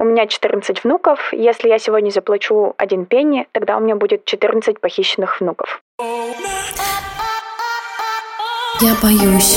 У меня 14 внуков. Если я сегодня заплачу 1 пенни, тогда у меня будет 14 похищенных внуков. Я боюсь.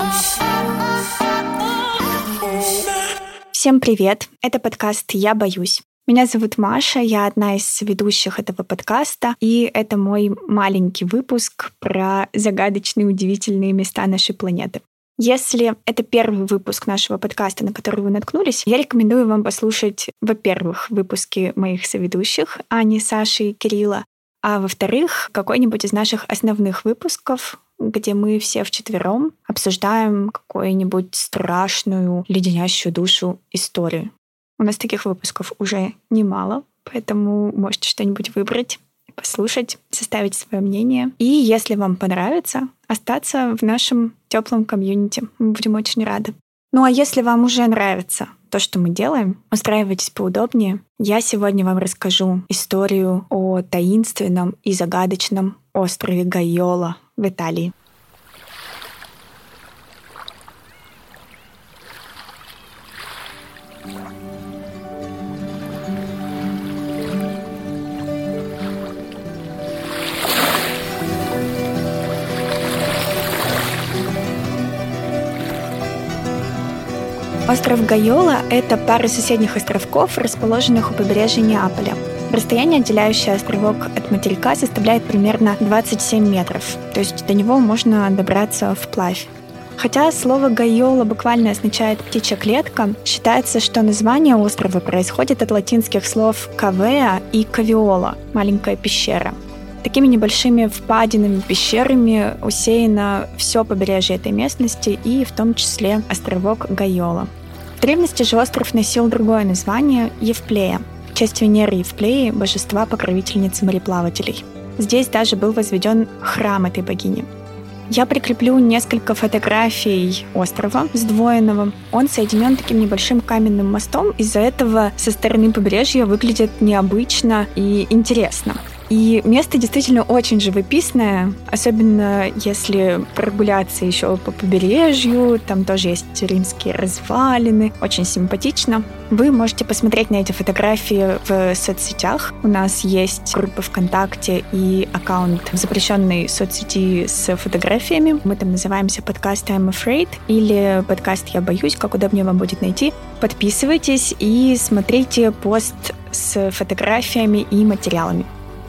Всем привет! Это подкаст «Я боюсь». Меня зовут Маша, я одна из ведущих этого подкаста, и это мой маленький выпуск про загадочные, удивительные места нашей планеты. Если это первый выпуск нашего подкаста, на который вы наткнулись, я рекомендую вам послушать, во-первых, выпуски моих соведущих, Ани, Саши и Кирилла, а во-вторых, какой-нибудь из наших основных выпусков, где мы все вчетвером обсуждаем какую-нибудь страшную, леденящую душу историю. У нас таких выпусков уже немало, поэтому можете что-нибудь выбрать, послушать, составить свое мнение. И если вам понравится, остаться в нашем теплом комьюнити. Мы будем очень рады. Ну а если вам уже нравится то, что мы делаем, устраивайтесь поудобнее. Я сегодня вам расскажу историю о таинственном и загадочном острове Гайола в Италии. Остров Гайола — это пара соседних островков, расположенных у побережья Неаполя. Расстояние, отделяющее островок от материка, составляет примерно 27 метров, то есть до него можно добраться вплавь. Хотя слово «гайола» буквально означает «птичья клетка», считается, что название острова происходит от латинских слов «кавеа» и «кавиола» — «маленькая пещера». Такими небольшими впадинами, пещерами усеяно все побережье этой местности и в том числе островок Гайола. В древности же остров носил другое название — Евплея, в честь Венеры Евплеи, божества-покровительницы мореплавателей. Здесь даже был возведен храм этой богини. Я прикреплю несколько фотографий острова сдвоенного. Он соединен таким небольшим каменным мостом, из-за этого со стороны побережья выглядит необычно и интересно. И место действительно очень живописное, особенно если прогуляться еще по побережью. Там тоже есть римские развалины. Очень симпатично. Вы можете посмотреть на эти фотографии в соцсетях. У нас есть группа ВКонтакте и аккаунт в запрещенной соцсети с фотографиями. Мы там называемся подкаст I'm Afraid или подкаст Я боюсь, как удобнее вам будет найти. Подписывайтесь и смотрите пост с фотографиями и материалами.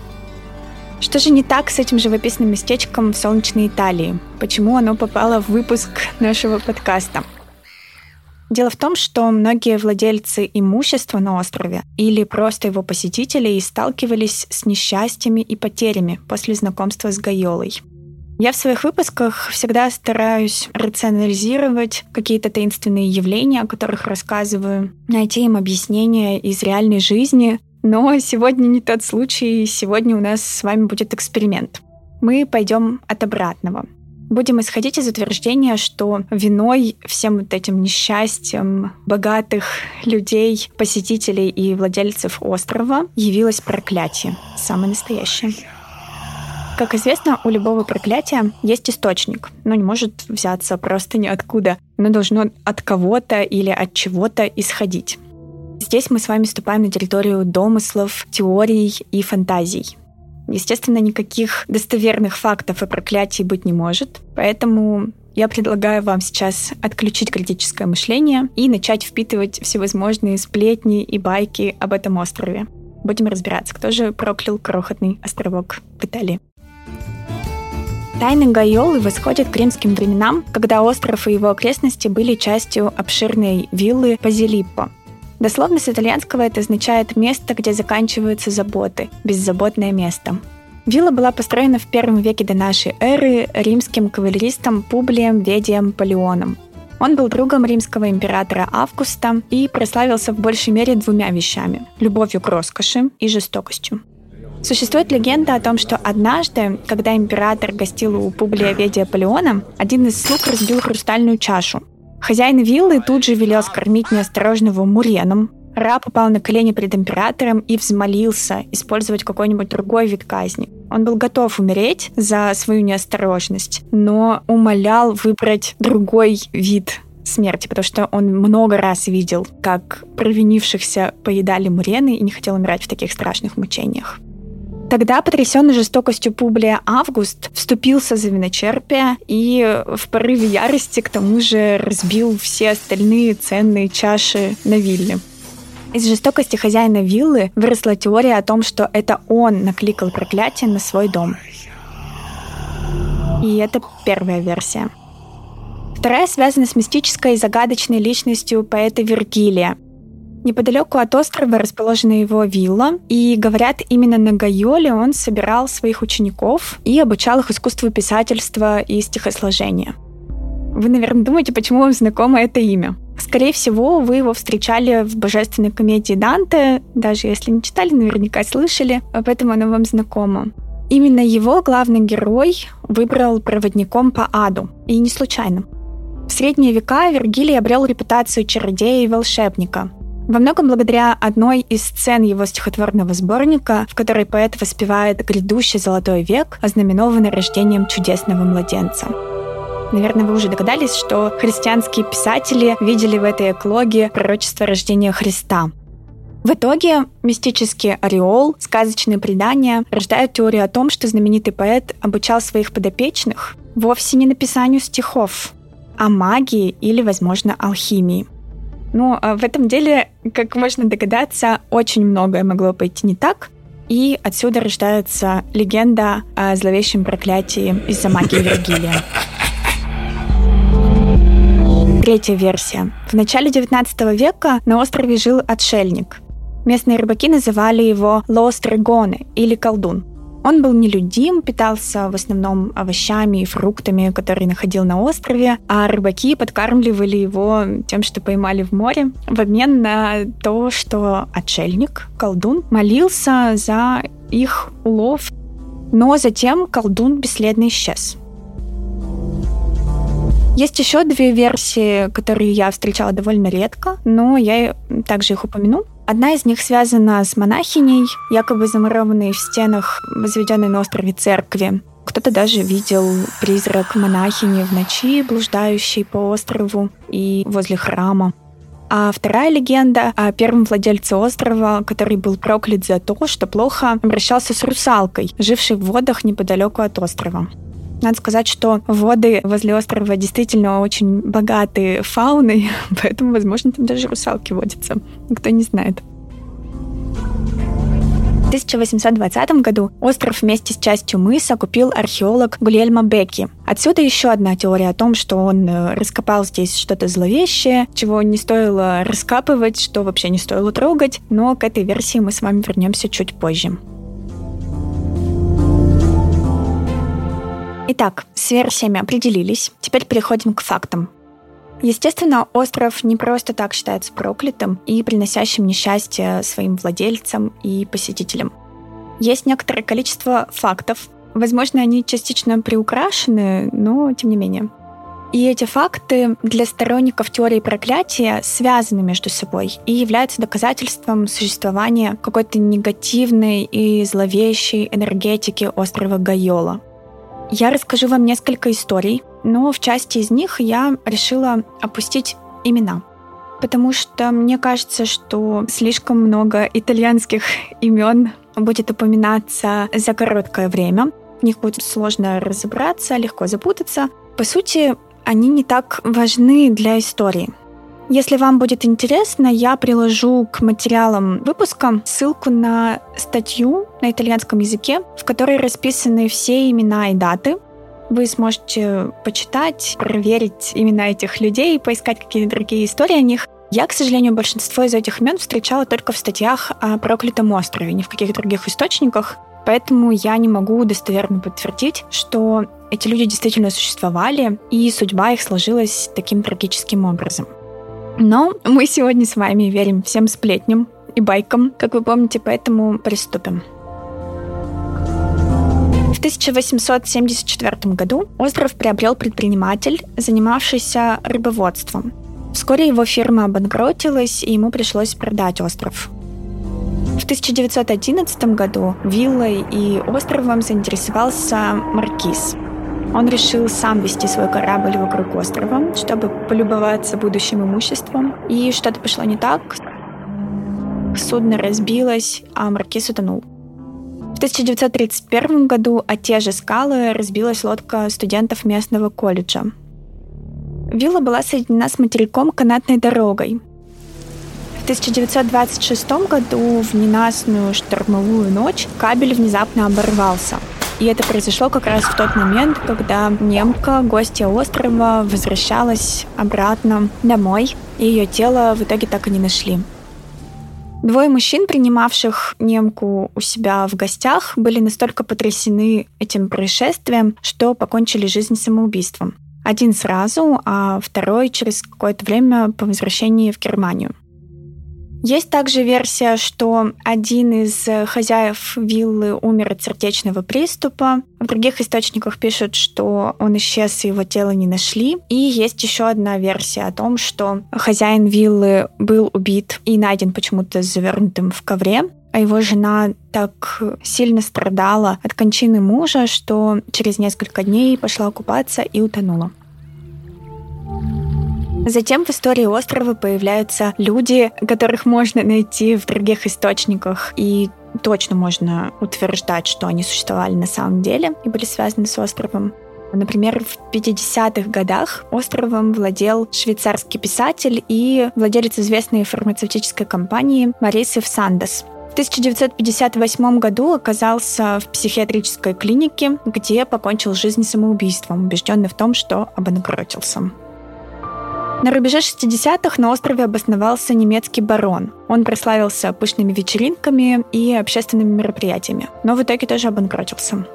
Что же не так с этим живописным местечком в солнечной Италии? Почему оно попало в выпуск нашего подкаста? Дело в том, что многие владельцы имущества на острове или просто его посетители сталкивались с несчастьями и потерями после знакомства с Гайолой. Я в своих выпусках всегда стараюсь рационализировать какие-то таинственные явления, о которых рассказываю, найти им объяснение из реальной жизни. Но сегодня не тот случай, сегодня у нас с вами будет эксперимент. Мы пойдем от обратного. Будем исходить из утверждения, что виной всем вот этим несчастьям богатых людей, посетителей и владельцев острова явилось проклятие, самое настоящее. Как известно, у любого проклятия есть источник, но не может взяться просто ниоткуда. Оно должно от кого-то или от чего-то исходить. Здесь мы с вами вступаем на территорию домыслов, теорий и фантазий. Естественно, никаких достоверных фактов о проклятии быть не может, поэтому я предлагаю вам сейчас отключить критическое мышление и начать впитывать всевозможные сплетни и байки об этом острове. Будем разбираться, кто же проклял крохотный островок в Италии. Тайны Гайолы восходят к римским временам, когда остров и его окрестности были частью обширной виллы Позилиппо. Дословно с итальянского это означает «место, где заканчиваются заботы», «беззаботное место». Вилла была построена в I веке до нашей эры римским кавалеристом Публием Ведием Паллионом. Он был другом римского императора Августа и прославился в большей мере 2 вещами – любовью к роскоши и жестокостью. Существует легенда о том, что однажды, когда император гостил у Публия Ведия Паллиона, один из слуг разбил хрустальную чашу. Хозяин виллы тут же велел скормить неосторожного муреном. Раб упал на колени перед императором и взмолился использовать какой-нибудь другой вид казни. Он был готов умереть за свою неосторожность, но умолял выбрать другой вид смерти, потому что он много раз видел, как провинившихся поедали мурены и не хотел умирать в таких страшных мучениях. Тогда, потрясенный жестокостью Публия Август, вступился за виночерпия и в порыве ярости к тому же разбил все остальные ценные чаши на вилле. Из жестокости хозяина виллы выросла теория о том, что это он накликал проклятие на свой дом. И это первая версия. Вторая связана с мистической и загадочной личностью поэта Вергилия. Неподалеку от острова расположена его вилла, и, говорят, именно на Гайоле он собирал своих учеников и обучал их искусству писательства и стихосложения. Вы, наверное, думаете, почему вам знакомо это имя? Скорее всего, вы его встречали в божественной комедии Данте, даже если не читали, наверняка слышали, поэтому оно вам знакомо. Именно его главный герой выбрал проводником по аду, и не случайно. В средние века Вергилий обрел репутацию чародея и волшебника. Во многом благодаря одной из сцен его стихотворного сборника, в которой поэт воспевает грядущий золотой век, ознаменованный рождением чудесного младенца. Наверное, вы уже догадались, что христианские писатели видели в этой эклоге пророчество рождения Христа. В итоге мистический ореол, сказочные предания рождают теорию о том, что знаменитый поэт обучал своих подопечных вовсе не написанию стихов, а магии или, возможно, алхимии. Но в этом деле, как можно догадаться, очень многое могло пойти не так, и отсюда рождается легенда о зловещем проклятии из-за магии Вергилия. Третья версия. В начале XIX века на острове жил отшельник. Местные рыбаки называли его «Ло Стригоне» или «колдун». Он был нелюдим, питался в основном овощами и фруктами, которые находил на острове, а рыбаки подкармливали его тем, что поймали в море, в обмен на то, что отшельник, колдун, молился за их улов. Но затем колдун бесследно исчез. Есть еще две версии, которые я встречала довольно редко, но я также их упомяну. Одна из них связана с монахиней, якобы замурованной в стенах возведенной на острове церкви. Кто-то даже видел призрак монахини в ночи, блуждающей по острову и возле храма. А вторая легенда о первом владельце острова, который был проклят за то, что плохо обращался с русалкой, жившей в водах неподалеку от острова. Надо сказать, что воды возле острова действительно очень богаты фауной, поэтому, возможно, там даже русалки водятся. Никто не знает. В 1820 году остров вместе с частью мыса купил археолог Гульельмо Бекки. Отсюда еще одна теория о том, что он раскопал здесь что-то зловещее, чего не стоило раскапывать, что вообще не стоило трогать, но к этой версии мы с вами вернемся чуть позже. Итак, с версиями определились. Теперь переходим к фактам. Естественно, остров не просто так считается проклятым и приносящим несчастье своим владельцам и посетителям. Есть некоторое количество фактов. Возможно, они частично приукрашены, но тем не менее. И эти факты для сторонников теории проклятия связаны между собой и являются доказательством существования какой-то негативной и зловещей энергетики острова Гайола. Я расскажу вам несколько историй, но в части из них я решила опустить имена, потому что мне кажется, что слишком много итальянских имен будет упоминаться за короткое время. В них будет сложно разобраться, легко запутаться. По сути, они не так важны для истории. Если вам будет интересно, я приложу к материалам выпуска ссылку на статью на итальянском языке, в которой расписаны все имена и даты. Вы сможете почитать, проверить имена этих людей, поискать какие-то другие истории о них. Я, к сожалению, большинство из этих имен встречала только в статьях о проклятом острове, ни в каких других источниках, поэтому я не могу достоверно подтвердить, что эти люди действительно существовали, и судьба их сложилась таким трагическим образом. Но мы сегодня с вами верим всем сплетням и байкам, как вы помните, поэтому приступим. В 1874 году остров приобрел предприниматель, занимавшийся рыбоводством. Вскоре его фирма обанкротилась, и ему пришлось продать остров. В 1911 году виллой и островом заинтересовался маркиз. Он решил сам вести свой корабль вокруг острова, чтобы полюбоваться будущим имуществом. И что-то пошло не так. Судно разбилось, а маркиз утонул. В 1931 году о те же скалы разбилась лодка студентов местного колледжа. Вилла была соединена с материком канатной дорогой. В 1926 году в ненастную штормовую ночь кабель внезапно оборвался. И это произошло как раз в тот момент, когда немка, гостья острова, возвращалась обратно домой, и ее тело в итоге так и не нашли. Двое мужчин, принимавших немку у себя в гостях, были настолько потрясены этим происшествием, что покончили жизнь самоубийством. Один сразу, а второй через какое-то время по возвращении в Германию. Есть также версия, что один из хозяев виллы умер от сердечного приступа. В других источниках пишут, что он исчез и его тело не нашли. И есть еще одна версия о том, что хозяин виллы был убит и найден почему-то завернутым в ковре, а его жена так сильно страдала от кончины мужа, что через несколько дней пошла купаться и утонула. Затем в истории острова появляются люди, которых можно найти в других источниках, и точно можно утверждать, что они существовали на самом деле и были связаны с островом. Например, в 50-х годах островом владел швейцарский писатель и владелец известной фармацевтической компании Морис Ив Сандес. В 1958 году оказался в психиатрической клинике, где покончил жизнь самоубийством, убежденный в том, что обанкротился. На рубеже 60-х на острове обосновался немецкий барон. Он прославился пышными вечеринками и общественными мероприятиями, но в итоге тоже обанкротился.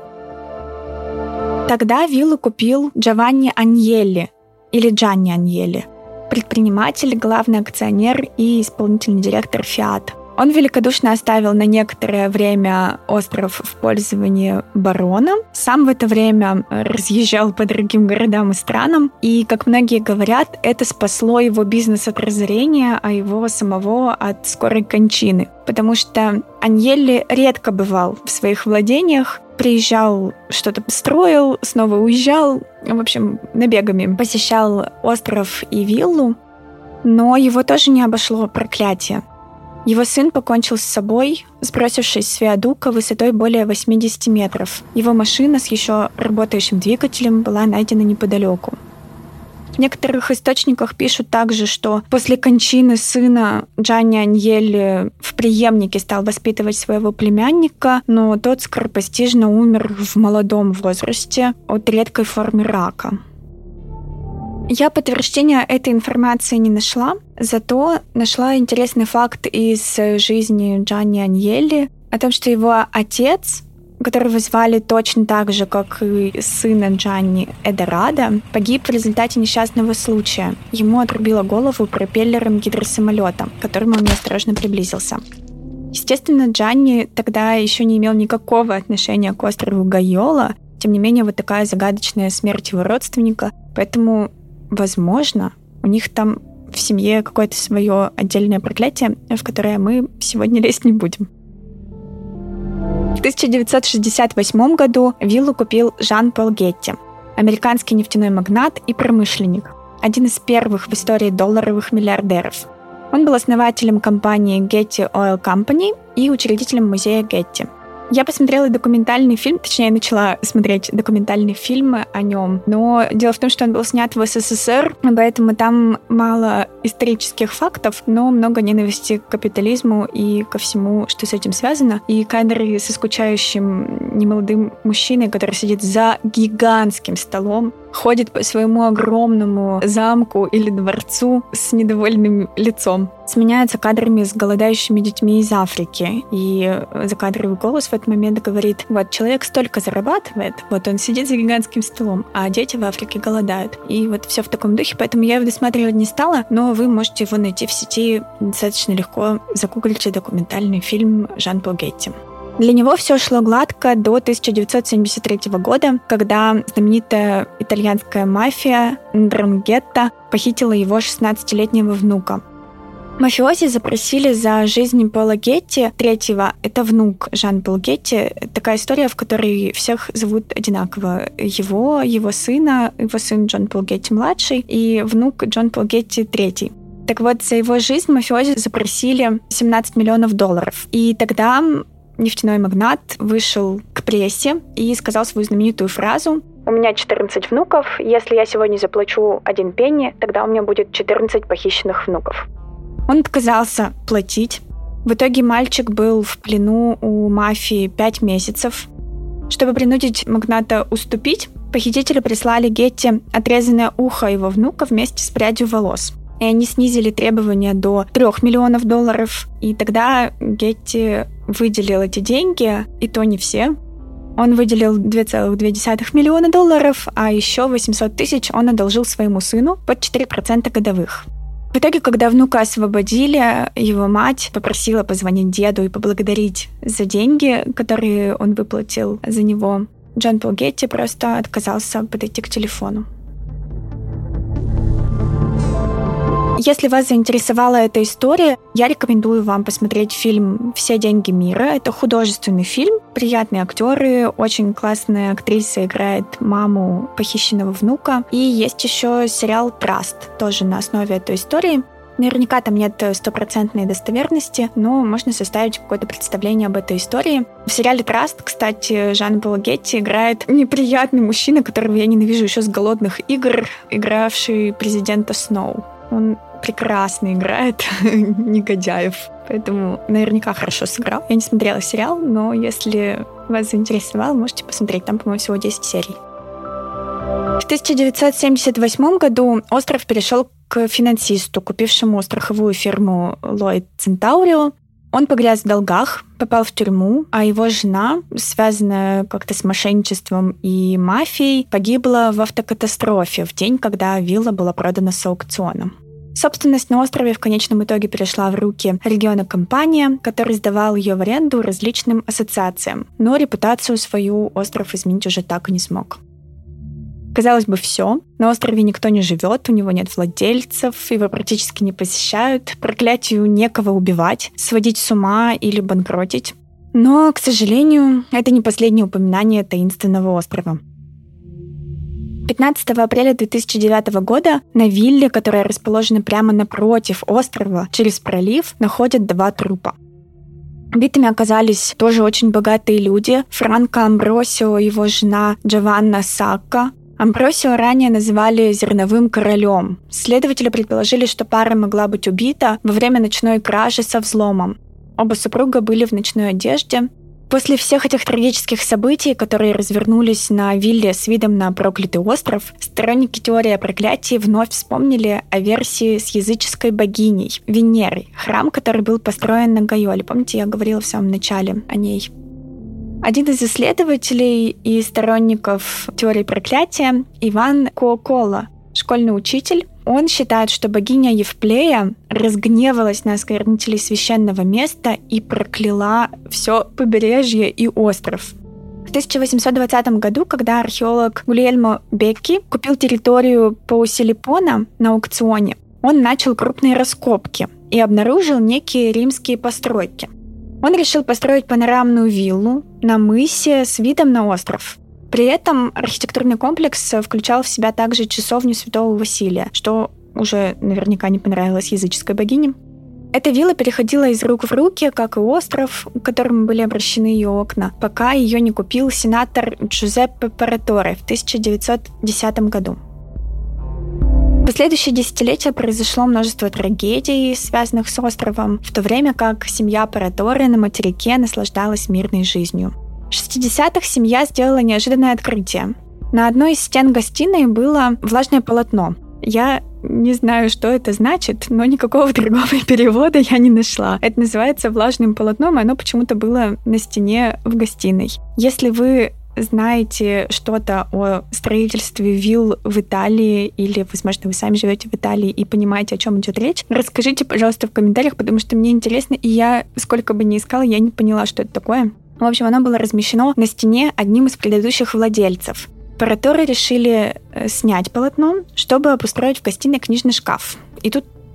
Тогда виллу купил Джованни Аньелли, или Джанни Аньелли, предприниматель, главный акционер и исполнительный директор Fiat. Он великодушно оставил на некоторое время остров в пользовании барона. Сам в это время разъезжал по другим городам и странам. И, как многие говорят, это спасло его бизнес от разорения, а его самого от скорой кончины. Потому что Аньелли редко бывал в своих владениях, приезжал, что-то строил, снова уезжал. В общем, набегами посещал остров и виллу. Но его тоже не обошло проклятие. Его сын покончил с собой, сбросившись с виадука высотой более 80 метров. Его машина с еще работающим двигателем была найдена неподалеку. В некоторых источниках пишут также, что после кончины сына Джанни Аньелли в преемнике стал воспитывать своего племянника, но тот скоропостижно умер в молодом возрасте от редкой формы рака. Я подтверждения этой информации не нашла, зато нашла интересный факт из жизни Джанни Аньелли о том, что его отец, которого звали точно так же, как и сына Джанни Эдорадо, погиб в результате несчастного случая. Ему отрубило голову пропеллером гидросамолета, к которому он неосторожно приблизился. Естественно, Джанни тогда еще не имел никакого отношения к острову Гайола, тем не менее, вот такая загадочная смерть его родственника, поэтому возможно, у них там в семье какое-то свое отдельное проклятие, в которое мы сегодня лезть не будем. В 1968 году виллу купил Жан-Пол Гетти, американский нефтяной магнат и промышленник, один из первых в истории долларовых миллиардеров. Он был основателем компании Getty Oil Company и учредителем музея Гетти. Я посмотрела документальный фильм, точнее, я начала смотреть документальный фильм о нем, но дело в том, что он был снят в СССР, поэтому там мало исторических фактов, но много ненависти к капитализму и ко всему, что с этим связано. И кадры со скучающим немолодым мужчиной, который сидит за гигантским столом, ходит по своему огромному замку или дворцу с недовольным лицом. Сменяются кадрами с голодающими детьми из Африки. И закадровый голос в этот момент говорит: вот человек столько зарабатывает, вот он сидит за гигантским столом, а дети в Африке голодают. И вот все в таком духе, поэтому я его досматривать не стала, но вы можете его найти в сети достаточно легко. Загуглите документальный фильм Жан-Пол Гетти. Для него все шло гладко до 1973 года, когда знаменитая итальянская мафия Ндрангетта похитила его 16-летнего внука. Мафиози запросили за жизнь Пола Гетти, третьего. Это внук Жан-Пол Гетти. Такая история, в которой всех зовут одинаково. Его сына, его сын Джон-Пол Гетти-младший и внук Джон-Пол Гетти третий. Так вот, за его жизнь мафиози запросили $17 миллионов. И тогда нефтяной магнат вышел к прессе и сказал свою знаменитую фразу: «У меня 14 внуков. Если я сегодня заплачу 1 пенни, тогда у меня будет 14 похищенных внуков». Он отказался платить. В итоге мальчик был в плену у мафии 5 месяцев. Чтобы принудить магната уступить, похитители прислали Гетти отрезанное ухо его внука вместе с прядью волос. И они снизили требования до $3 миллионов. И тогда Гетти выделил эти деньги, и то не все. Он выделил $2,2 миллиона, а еще 800 тысяч он одолжил своему сыну под 4% годовых. В итоге, когда внука освободили, его мать попросила позвонить деду и поблагодарить за деньги, которые он выплатил за него. Джон-Пол Гетти просто отказался подойти к телефону. Если вас заинтересовала эта история, я рекомендую вам посмотреть фильм «Все деньги мира». Это художественный фильм, приятные актеры, очень классная актриса играет маму похищенного внука. И есть еще сериал «Траст», тоже на основе этой истории. Наверняка там нет стопроцентной достоверности, но можно составить какое-то представление об этой истории. В сериале «Траст», кстати, Жан-Пол Гетти играет неприятный мужчина, которого я ненавижу еще с «Голодных игр», игравший президента Сноу. Он прекрасно играет негодяев, поэтому наверняка хорошо сыграл. Я не смотрела сериал, но если вас заинтересовало, можете посмотреть. Там, по-моему, всего 10 серий. В 1978 году остров перешел к финансисту, купившему страховую фирму Lloyd Centauro. Он погряз в долгах, попал в тюрьму, а его жена, связанная как-то с мошенничеством и мафией, погибла в автокатастрофе в день, когда вилла была продана с аукциона. Собственность на острове в конечном итоге перешла в руки региона компания, который сдавал ее в аренду различным ассоциациям, но репутацию свою остров изменить уже так и не смог. Казалось бы, все. На острове никто не живет, у него нет владельцев, его практически не посещают, проклятию некого убивать, сводить с ума или банкротить. Но, к сожалению, это не последнее упоминание таинственного острова. 15 апреля 2009 года на вилле, которая расположена прямо напротив острова, через пролив, находят 2 трупа. Убитыми оказались тоже очень богатые люди. Франко Амбросио и его жена Джованна Сакко. Амбросио ранее называли «зерновым королем». Следователи предположили, что пара могла быть убита во время ночной кражи со взломом. Оба супруга были в ночной одежде. После всех этих трагических событий, которые развернулись на вилле с видом на проклятый остров, сторонники теории о проклятии вновь вспомнили о версии с языческой богиней Венерой, храм, который был построен на Гайоле. Помните, я говорила в самом начале о ней. Один из исследователей и сторонников теории проклятия, Иван Коокола, школьный учитель, он считает, что богиня Евплея разгневалась на осквернителей священного места и прокляла все побережье и остров. В 1820 году, когда археолог Гульельмо Бекки купил территорию Паусилипона на аукционе, он начал крупные раскопки и обнаружил некие римские постройки. Он решил построить панорамную виллу на мысе с видом на остров. При этом архитектурный комплекс включал в себя также часовню Святого Василия, что уже наверняка не понравилось языческой богине. Эта вилла переходила из рук в руки, как и остров, к которому были обращены ее окна, пока ее не купил сенатор Джузеппе Параторе в 1910 году. В последующие десятилетия произошло множество трагедий, связанных с островом, в то время как семья Параторе на материке наслаждалась мирной жизнью. В 60-х семья сделала неожиданное открытие. На одной из стен гостиной было влажное полотно. Я не знаю, что это значит, но никакого другого перевода я не нашла. Это называется влажным полотном, и оно почему-то было на стене в гостиной. Если вы знаете что-то о строительстве вилл в Италии, или, возможно, вы сами живете в Италии и понимаете, о чем идет речь, расскажите, пожалуйста, в комментариях, потому что мне интересно, и я, сколько бы ни искала, я не поняла, что это такое. В общем, оно было размещено на стене одним из предыдущих владельцев. Параторе решили снять полотно, чтобы обустроить в гостиной книжный шкаф. И тут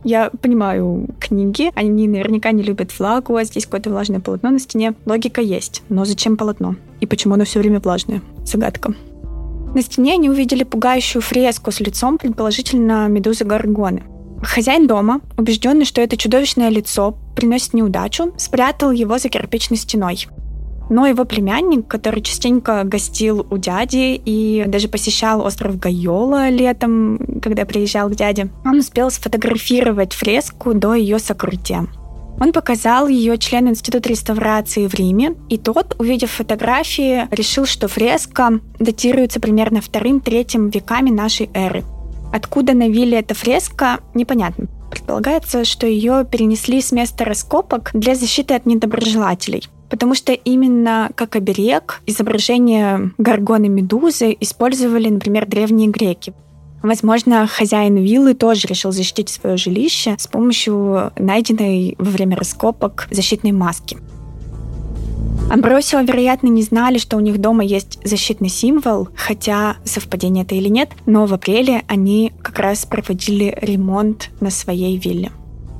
Я понимаю книги, они наверняка не любят влагу, а здесь какое-то влажное полотно на стене. Логика есть, но зачем полотно? И почему оно все время влажное? Загадка. На стене они увидели пугающую фреску с лицом, предположительно, медузы Горгоны. Хозяин дома, убежденный, что это чудовищное лицо приносит неудачу, спрятал его за кирпичной стеной. Но его племянник, который частенько гостил у дяди и даже посещал остров Гайола летом, когда приезжал к дяде, он успел сфотографировать фреску до ее сокрытия. Он показал ее члену Института реставрации в Риме, и тот, увидев фотографии, решил, что фреска датируется примерно 2-3 веками нашей эры. Откуда на вилле эта фреска, непонятно. Предполагается, что ее перенесли с места раскопок для защиты от недоброжелателей. Потому что именно как оберег изображение Горгоны Медузы использовали, например, древние греки. Возможно, хозяин виллы тоже решил защитить свое жилище с помощью найденной во время раскопок защитной маски. Амбросио, вероятно, не знали, что у них дома есть защитный символ, хотя совпадение это или нет, но в апреле они как раз проводили ремонт на своей вилле.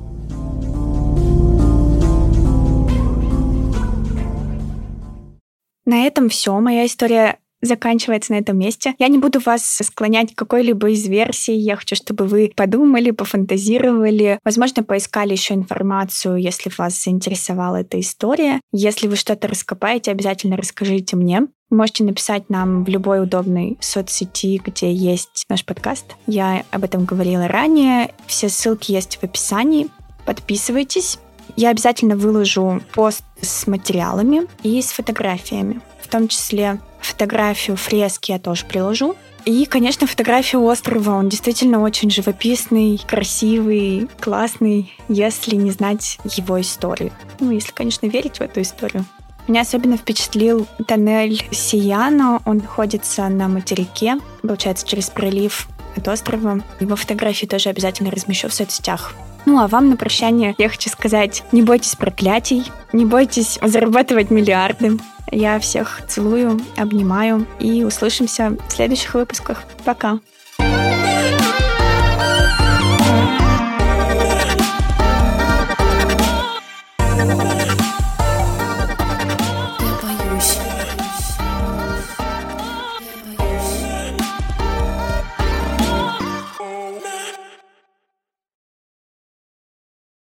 На этом все. Моя история заканчивается на этом месте. Я не буду вас склонять к какой-либо из версий. Я хочу, чтобы вы подумали, пофантазировали, возможно, поискали еще информацию, если вас заинтересовала эта история. Если вы что-то раскопаете, обязательно расскажите мне. Можете написать нам в любой удобной соцсети, где есть наш подкаст. Я об этом говорила ранее. Все ссылки есть в описании. Подписывайтесь. Я обязательно выложу пост с материалами и с фотографиями. В том числе фотографию фрески я тоже приложу. И, конечно, фотографию острова. Он действительно очень живописный, красивый, классный, если не знать его историю. Если, конечно, верить в эту историю. Меня особенно впечатлил тоннель Сияно. Он находится на материке, получается, через пролив от острова. Его фотографии тоже обязательно размещу в соцсетях. А вам на прощание я хочу сказать: не бойтесь проклятий, не бойтесь зарабатывать миллиарды. Я всех целую, обнимаю и услышимся в следующих выпусках. Пока!